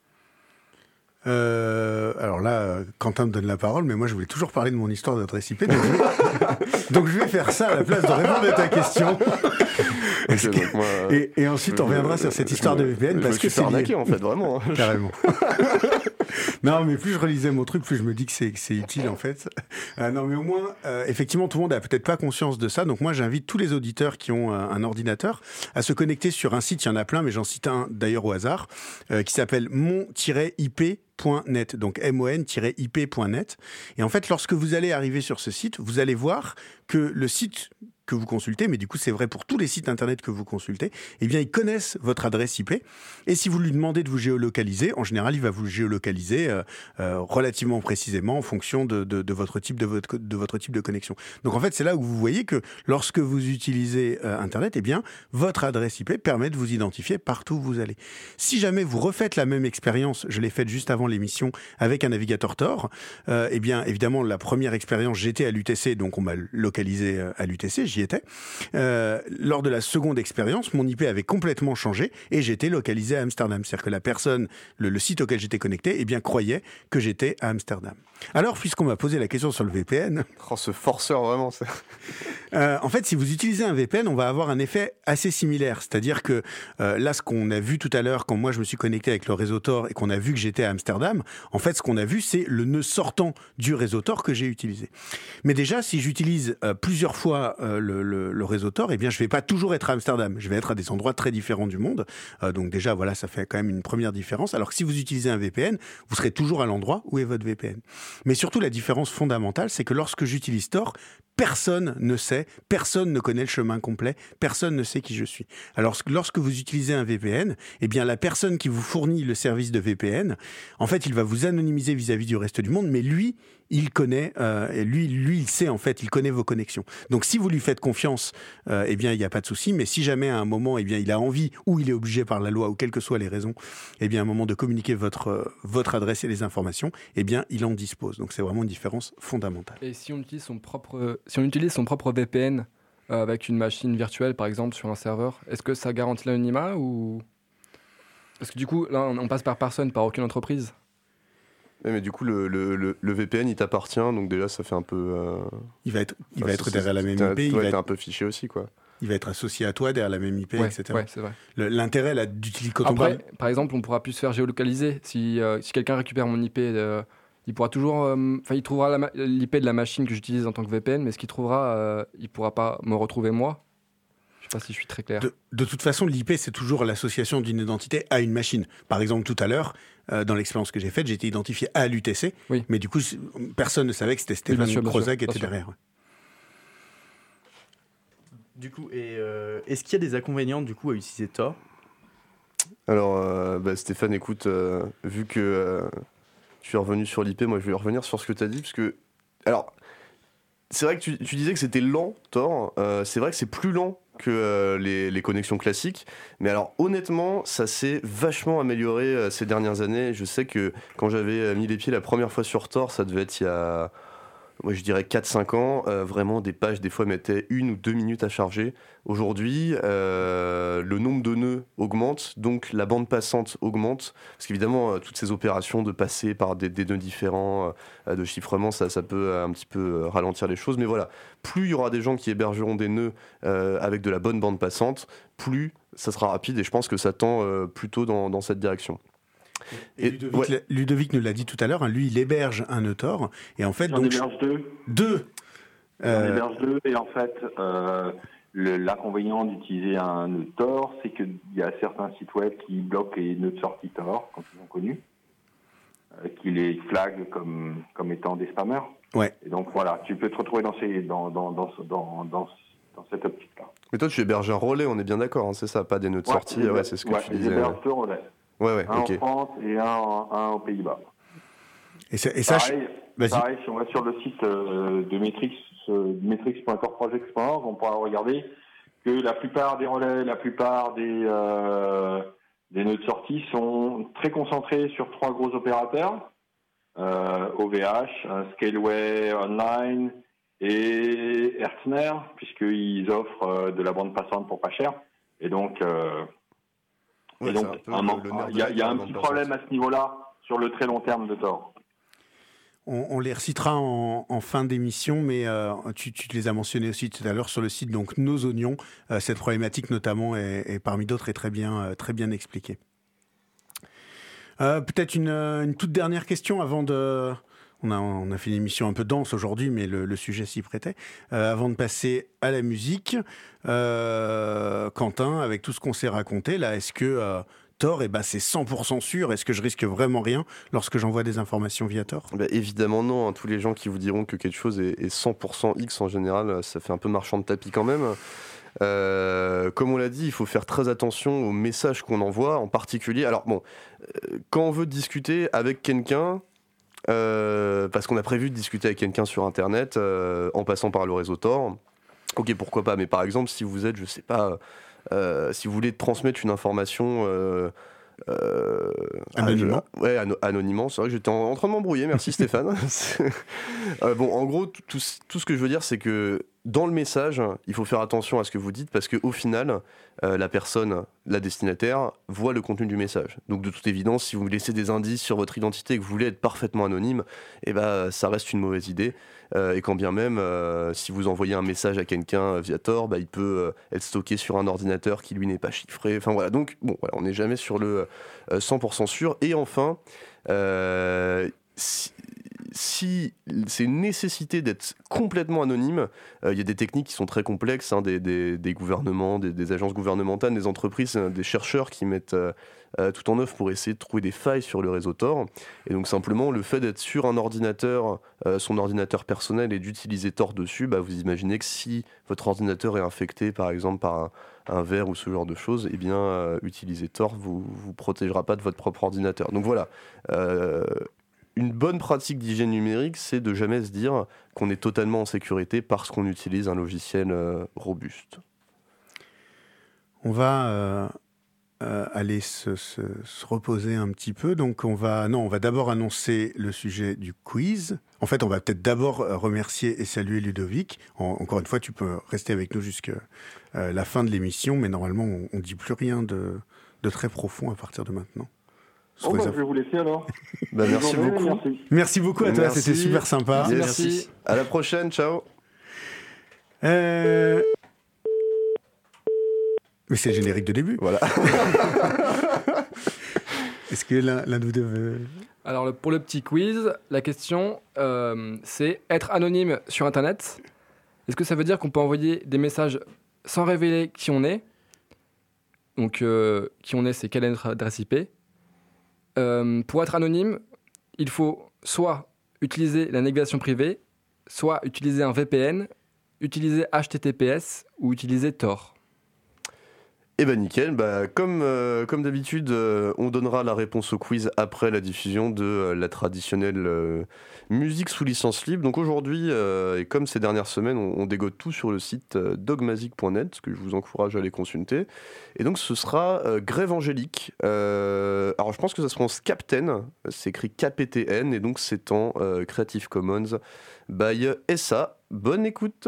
Euh, alors là, Quentin me donne la parole, mais moi je voulais toujours parler de mon histoire d'adresse I P, donc je vais, donc je vais faire ça à la place de répondre à ta question. Okay, donc moi, et, et ensuite on reviendra sur cette histoire me, de V P N je parce me que suis c'est arnaqué en fait, vraiment. Carrément. Non, mais plus je relisais mon truc, plus je me dis que c'est, que c'est utile en fait. Euh, non, mais au moins, euh, effectivement, tout le monde a peut-être pas conscience de ça. Donc moi, j'invite tous les auditeurs qui ont euh, un ordinateur à se connecter sur un site. Il y en a plein, mais j'en cite un d'ailleurs au hasard, euh, qui s'appelle mon tiret I P point net, donc M O N tiret I P point net. Et en fait, lorsque vous allez arriver sur ce site, vous allez voir que le site que vous consultez, mais du coup c'est vrai pour tous les sites internet que vous consultez, eh bien ils connaissent votre adresse I P, et si vous lui demandez de vous géolocaliser, en général il va vous géolocaliser euh, euh, relativement précisément en fonction de, de, de, votre type de, votre, de votre type de connexion. Donc en fait c'est là où vous voyez que lorsque vous utilisez euh, internet, eh bien votre adresse I P permet de vous identifier partout où vous allez. Si jamais vous refaites la même expérience, je l'ai faite juste avant l'émission avec un navigateur Tor, euh, eh bien évidemment la première expérience j'étais à l'U T C, donc on m'a localisé à l'U T C, j'y étais. Euh, lors de la seconde seconde expérience, mon I P avait complètement changé et j'étais localisé à Amsterdam. C'est-à-dire que la personne, le, le site auquel j'étais connecté, eh bien, croyait que j'étais à Amsterdam. Alors, puisqu'on m'a posé la question sur le V P N... Oh, ce forceur, vraiment, c'est... Euh, en fait, si vous utilisez un V P N, on va avoir un effet assez similaire. C'est-à-dire que euh, là, ce qu'on a vu tout à l'heure, quand moi je me suis connecté avec le réseau Tor et qu'on a vu que j'étais à Amsterdam, en fait, ce qu'on a vu, c'est le nœud sortant du réseau Tor que j'ai utilisé. Mais déjà, si j'utilise euh, plusieurs fois euh, le, le, le réseau Tor, eh bien, je vais pas toujours être à Amsterdam. Je vais être à des endroits très différents du monde. Euh, donc déjà, voilà, ça fait quand même une première différence. Alors que si vous utilisez un V P N, vous serez toujours à l'endroit où est votre V P N. Mais surtout, la différence fondamentale, c'est que lorsque j'utilise Tor, personne ne sait, personne ne connaît le chemin complet, personne ne sait qui je suis. Alors lorsque vous utilisez un V P N, eh bien la personne qui vous fournit le service de V P N, en fait, il va vous anonymiser vis-à-vis du reste du monde, mais lui, il connaît, euh, et lui, lui, il sait en fait, il connaît vos connexions. Donc si vous lui faites confiance, euh, eh bien il n'y a pas de souci. Mais si jamais à un moment, eh bien il a envie ou il est obligé par la loi ou quelles que soient les raisons, eh bien à un moment de communiquer votre euh, votre adresse et les informations, eh bien il en dispose. Donc c'est vraiment une différence fondamentale. Et si on utilise son propre, si on utilise son propre V P N euh, avec une machine virtuelle, par exemple, sur un serveur, est-ce que ça garantit l'anonymat ou parce que du coup là on, on passe par personne, par aucune entreprise. Ouais, mais du coup, le, le, le, le V P N, il t'appartient, donc déjà, ça fait un peu... Euh... Il va être, il enfin, va être c'est, derrière la même c'est, I P. Il va être être un peu fiché aussi, quoi. Il va être associé à toi derrière la même I P, ouais, et cetera. Ouais, c'est vrai. Le, l'intérêt là, d'utiliser... Quand Après, on parle... par exemple, on pourra plus se faire géolocaliser. Si, euh, si quelqu'un récupère mon I P, euh, il pourra toujours... Enfin, euh, il trouvera la ma- l'I P de la machine que j'utilise en tant que V P N, mais ce qu'il trouvera, euh, il pourra pas me retrouver moi. Je sais pas si je suis très clair. De, de toute façon, l'I P, c'est toujours l'association d'une identité à une machine. Par exemple, tout à l'heure, euh, dans l'expérience que j'ai faite, j'ai été identifié à l'U T C, oui. mais du coup, personne ne savait que c'était Stéphane oui, Crozat qui était derrière. Du coup, et, euh, est-ce qu'il y a des inconvénients du coup à utiliser Tor ? Alors, euh, bah, Stéphane, écoute, euh, vu que euh, tu es revenu sur l'I P, moi je vais revenir sur ce que tu as dit, parce que... Alors, c'est vrai que tu, tu disais que c'était lent, Tor, euh, c'est vrai que c'est plus lent que euh, les, les connexions classiques, mais alors honnêtement ça s'est vachement amélioré euh, ces dernières années. Je sais que quand j'avais euh, mis les pieds la première fois sur Tor, ça devait être il y a moi je dirais quatre cinq ans, euh, vraiment des pages des fois mettaient une ou deux minutes à charger. Aujourd'hui euh, le nombre de nœuds augmente, donc la bande passante augmente, parce qu'évidemment euh, toutes ces opérations de passer par des, des nœuds différents, euh, de chiffrement, ça, ça peut euh, un petit peu euh, ralentir les choses, mais voilà, plus il y aura des gens qui hébergeront des nœuds euh, avec de la bonne bande passante, plus ça sera rapide, et je pense que ça tend euh, plutôt dans, dans cette direction. Et, et Ludovic, ouais. Ludovic nous l'a dit tout à l'heure, hein, lui il héberge un nœud Tor, et en fait... J'en donc, héberge deux. Deux J'en euh... héberge deux, et en fait, euh, le, l'inconvénient d'utiliser un nœud Tor, c'est qu'il y a certains sites web qui bloquent les nœuds de sortie Tor, quand ils sont connus, euh, qui les flaguent comme, comme étant des spammers. Ouais. Et donc voilà, tu peux te retrouver dans, ces, dans, dans, dans, dans, dans, dans cette optique-là. Mais toi tu héberges un relais, on est bien d'accord, hein, c'est ça, pas des nœuds de ouais, sortie, ouais, c'est ce que ouais, tu disais. J'héberge deux relais. Ouais, ouais, un okay. en France et un, un aux Pays-Bas. Et, ça, et ça, pareil, je... pareil, si on va sur le site euh, de Metrix, euh, metrix point tor project point org, on pourra regarder que la plupart des relais, la plupart des, euh, des nœuds de sortie sont très concentrés sur trois gros opérateurs, euh, O V H, euh, Scaleway Online et Hertzner, puisqu'ils offrent euh, de la bande passante pour pas cher. Et donc... Euh, Ouais, et donc, il y a, y a un petit problème à ce niveau-là sur le très long terme de Tor. On, on les recitera en, en fin d'émission, mais euh, tu, tu les as mentionnés aussi tout à l'heure sur le site. Donc, Nos Oignons, euh, cette problématique notamment, est, est parmi d'autres, est très bien, euh, très bien expliquée. Euh, peut-être une, une toute dernière question avant de... On a, on a fait une émission un peu dense aujourd'hui, mais le, le sujet s'y prêtait. Euh, avant de passer à la musique, euh, Quentin, avec tout ce qu'on s'est raconté, là, est-ce que euh, Tor, eh ben, c'est cent pour cent sûr ? Est-ce que je risque vraiment rien lorsque j'envoie des informations via Tor ? Bah, évidemment non, hein. Tous les gens qui vous diront que quelque chose est, est cent pour cent X en général, ça fait un peu marchand de tapis quand même. Euh, comme on l'a dit, il faut faire très attention aux messages qu'on envoie, en particulier. Alors bon, euh, quand on veut discuter avec quelqu'un, Euh, parce qu'on a prévu de discuter avec quelqu'un sur internet euh, en passant par le réseau Tor, ok, pourquoi pas, mais par exemple si vous êtes, je sais pas, euh, si vous voulez transmettre une information euh, euh, anonymement, à, ouais, an- anonymement, c'est vrai que j'étais en, en train de m'embrouiller, merci Stéphane. euh, bon, en gros, tout, tout ce que je veux dire, c'est que dans le message, il faut faire attention à ce que vous dites parce qu'au final, euh, la personne, la destinataire, voit le contenu du message. Donc de toute évidence, si vous laissez des indices sur votre identité et que vous voulez être parfaitement anonyme, eh ben, ça reste une mauvaise idée. Euh, et quand bien même, euh, si vous envoyez un message à quelqu'un via Tor, bah, il peut euh, être stocké sur un ordinateur qui lui n'est pas chiffré. Enfin voilà, donc bon, voilà, on n'est jamais sur le euh, cent pour cent sûr. Et enfin, euh, si, si c'est une nécessité d'être complètement anonyme, il euh, y a des techniques qui sont très complexes, hein, des, des, des gouvernements, des, des agences gouvernementales, des entreprises, hein, des chercheurs qui mettent euh, euh, tout en œuvre pour essayer de trouver des failles sur le réseau Tor. Et donc simplement, le fait d'être sur un ordinateur, euh, son ordinateur personnel, et d'utiliser Tor dessus, bah, vous imaginez que si votre ordinateur est infecté, par exemple, par un, un ver ou ce genre de choses, eh bien, euh, utiliser Tor vous vous protégera pas de votre propre ordinateur. Donc voilà. Euh, Une bonne pratique d'hygiène numérique, c'est de jamais se dire qu'on est totalement en sécurité parce qu'on utilise un logiciel euh, robuste. On va euh, euh, aller se, se, se reposer un petit peu. Donc on va, non, on va d'abord annoncer le sujet du quiz. En fait, on va peut-être d'abord remercier et saluer Ludovic. En, encore une fois, tu peux rester avec nous jusqu'à euh, la fin de l'émission, mais normalement, on ne dit plus rien de, de très profond à partir de maintenant. Oh bah, je vais vous laisser alors. Bah, merci journée, beaucoup. Merci. Merci beaucoup à toi, Merci. c'était super sympa. Yes. Merci. À la prochaine, ciao. Euh... Mais c'est le générique de début. Voilà. Est-ce que l'un, l'un de vous deux veut... Alors, le- pour le petit quiz, la question, euh, c'est être anonyme sur Internet. Est-ce que ça veut dire qu'on peut envoyer des messages sans révéler qui on est? Donc, euh, qui on est, c'est quelle est notre adresse I P. Euh, pour être anonyme, il faut soit utiliser la navigation privée, soit utiliser un V P N, utiliser H T T P S ou utiliser Tor. Et ben nickel, bah, comme, euh, comme d'habitude, euh, on donnera la réponse au quiz après la diffusion de euh, la traditionnelle euh, musique sous licence libre. Donc aujourd'hui, euh, et comme ces dernières semaines, on, on dégote tout sur le site euh, dogmazic point net, que je vous encourage à aller consulter. Et donc ce sera euh, Grève Angélique. Euh, alors je pense que ça se prononce Captain, c'est écrit K P T N, et donc c'est en euh, Creative Commons by S A. Bonne écoute.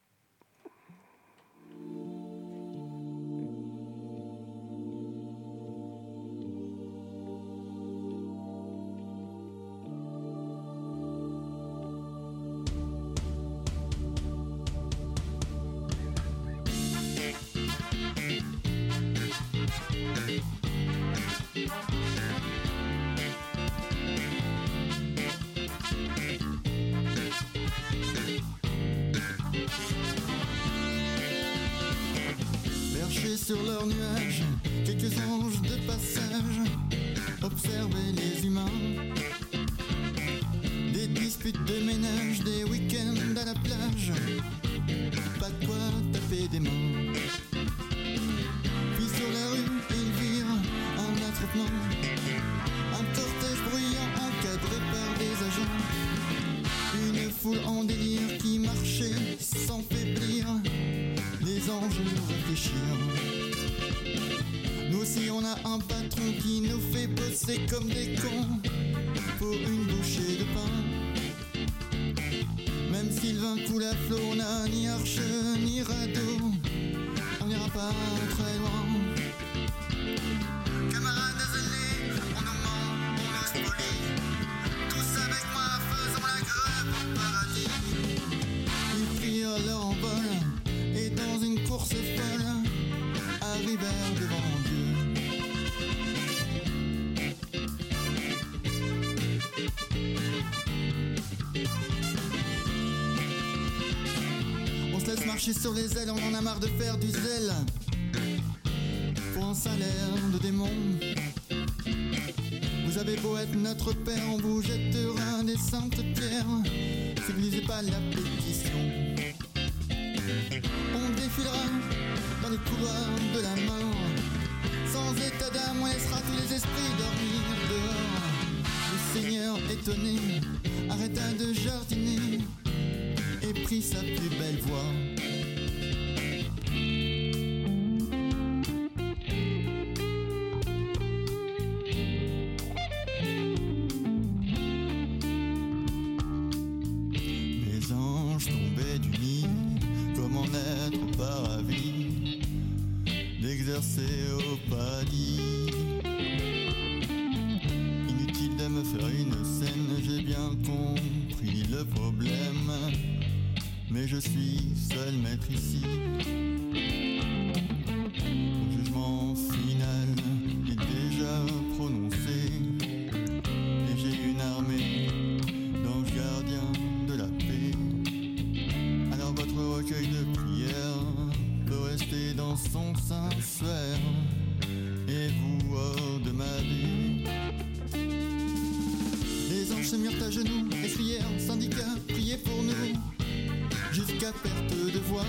Perchés sur leurs nuages, quelques anges de passage, observer les humains. Des disputes de ménage, des week-ends à la plage, pas de quoi taper des mains. Puis sur la rue, ils virent un attroupement, un cortège bruyant encadré par des agents. Une foule en délire qui marchait sans faiblir. Les anges réfléchirent. Nous aussi on a un patron qui nous fait bosser comme des cons pour une bouchée de pain. Même si le vin coule à flot, on n'a ni arche ni radeau, on n'ira pas très loin. Camarades désolés, on nous ment, on nous spolie. Tous avec moi faisons la grève au paradis. Ils prirent leur envol et dans une course folle, arrivèrent devant Dieu. On se laisse marcher sur les ailes, on en a marre de faire du zèle pour un salaire de démon. Vous avez beau être notre père, on vous jettera des saintes pierres si vous lisez pas la pétition. On défilera dans les couloirs de la mort. Sans état d'âme, on laissera tous les esprits dormir dehors. Le Seigneur étonné arrêta de jardiner et prit sa plus belle voix. Les anges tombaient du nid, versée au paradis. Inutile de me faire une scène, j'ai bien compris le problème. Mais je suis seul maître ici. Mon jugement final est déjà prononcé. Et j'ai une armée d'anges gardiens de la paix. Alors votre recueil de prières peut rester dans son sanctuaire. Et vous hors de ma vue. Les anges se mirent à genoux, essuyèrent, syndicats, priez pour nous. Jusqu'à perte de voix.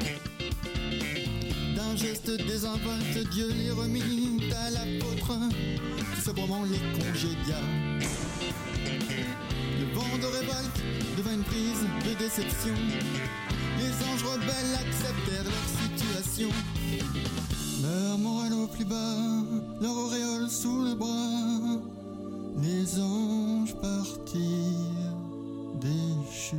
D'un geste désinvolte, Dieu les remit à l'apôtre, qui sobrement les congédia. Le vent de révolte devint une prise de déception. Les anges rebelles acceptèrent leur situation. Leur morale au plus bas, leur auréole sous le bras. Les anges partirent déchus.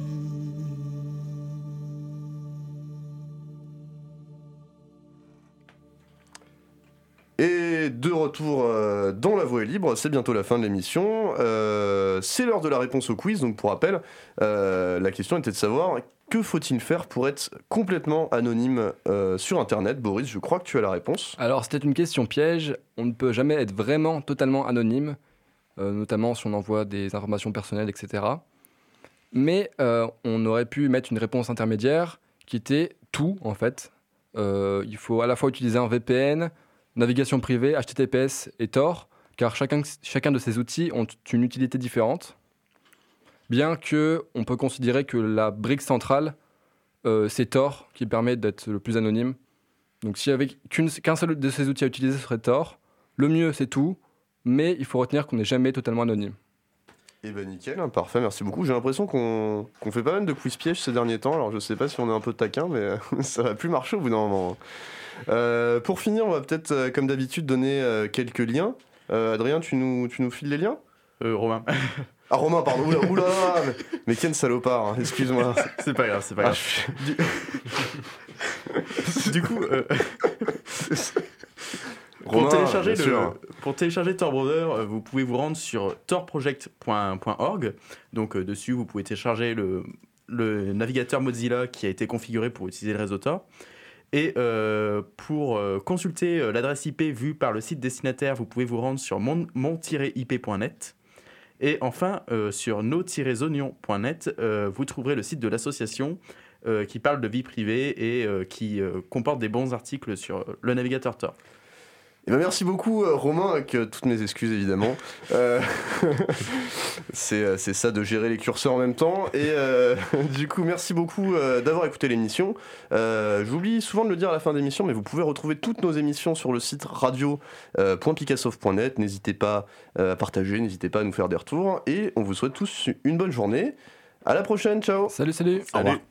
Et de retour euh, dans La Voix est libre, c'est bientôt la fin de l'émission. Euh, c'est l'heure de la réponse au quiz, donc pour rappel, euh, la question était de savoir que faut-il faire pour être complètement anonyme euh, sur Internet. Boris, je crois que tu as la réponse. Alors, c'était une question piège. On ne peut jamais être vraiment totalement anonyme, euh, notamment si on envoie des informations personnelles, et cetera. Mais euh, on aurait pu mettre une réponse intermédiaire qui était tout, en fait. Euh, il faut à la fois utiliser un V P N, navigation privée, H T T P S et Tor, car chacun, chacun de ces outils ont une utilité différente, bien qu'on peut considérer que la brique centrale, euh, c'est Tor, qui permet d'être le plus anonyme. Donc si avec qu'une, qu'un seul de ces outils à utiliser serait Tor, le mieux c'est tout, mais il faut retenir qu'on n'est jamais totalement anonyme. Eh ben nickel, hein, parfait, merci beaucoup. J'ai l'impression qu'on, qu'on fait pas mal de quiz pièges ces derniers temps, alors je sais pas si on est un peu taquin, mais ça va plus marcher au bout d'un moment. Euh, pour finir, on va peut-être, euh, comme d'habitude, donner euh, quelques liens. Euh, Adrien, tu nous, tu nous files les liens ? Euh, Romain. Ah, Romain, pardon. Oula, oula mais, mais quel salopard, hein, excuse-moi. C'est pas grave, c'est pas Ah, grave. je... Du, du coup, euh, Romain, pour, télécharger bien le, sûr. pour télécharger Tor Browser, euh, vous pouvez vous rendre sur tor project point org. Donc euh, dessus, vous pouvez télécharger le, le navigateur Mozilla qui a été configuré pour utiliser le réseau Tor. Et euh, pour euh, consulter euh, l'adresse I P vue par le site destinataire, vous pouvez vous rendre sur mon tiret i p point net. Et enfin, euh, sur nos tiret zonion point net, euh, vous trouverez le site de l'association euh, qui parle de vie privée et euh, qui euh, comporte des bons articles sur le navigateur Tor. Eh ben merci beaucoup euh, Romain, avec euh, toutes mes excuses évidemment. Euh, c'est, euh, c'est ça de gérer les curseurs en même temps. Et euh, du coup merci beaucoup euh, d'avoir écouté l'émission. Euh, j'oublie souvent de le dire à la fin d'émission, mais vous pouvez retrouver toutes nos émissions sur le site radio point picassoft point net. N'hésitez pas euh, à partager, n'hésitez pas à nous faire des retours. Et on vous souhaite tous une bonne journée. À la prochaine, ciao. Salut, salut. Au revoir.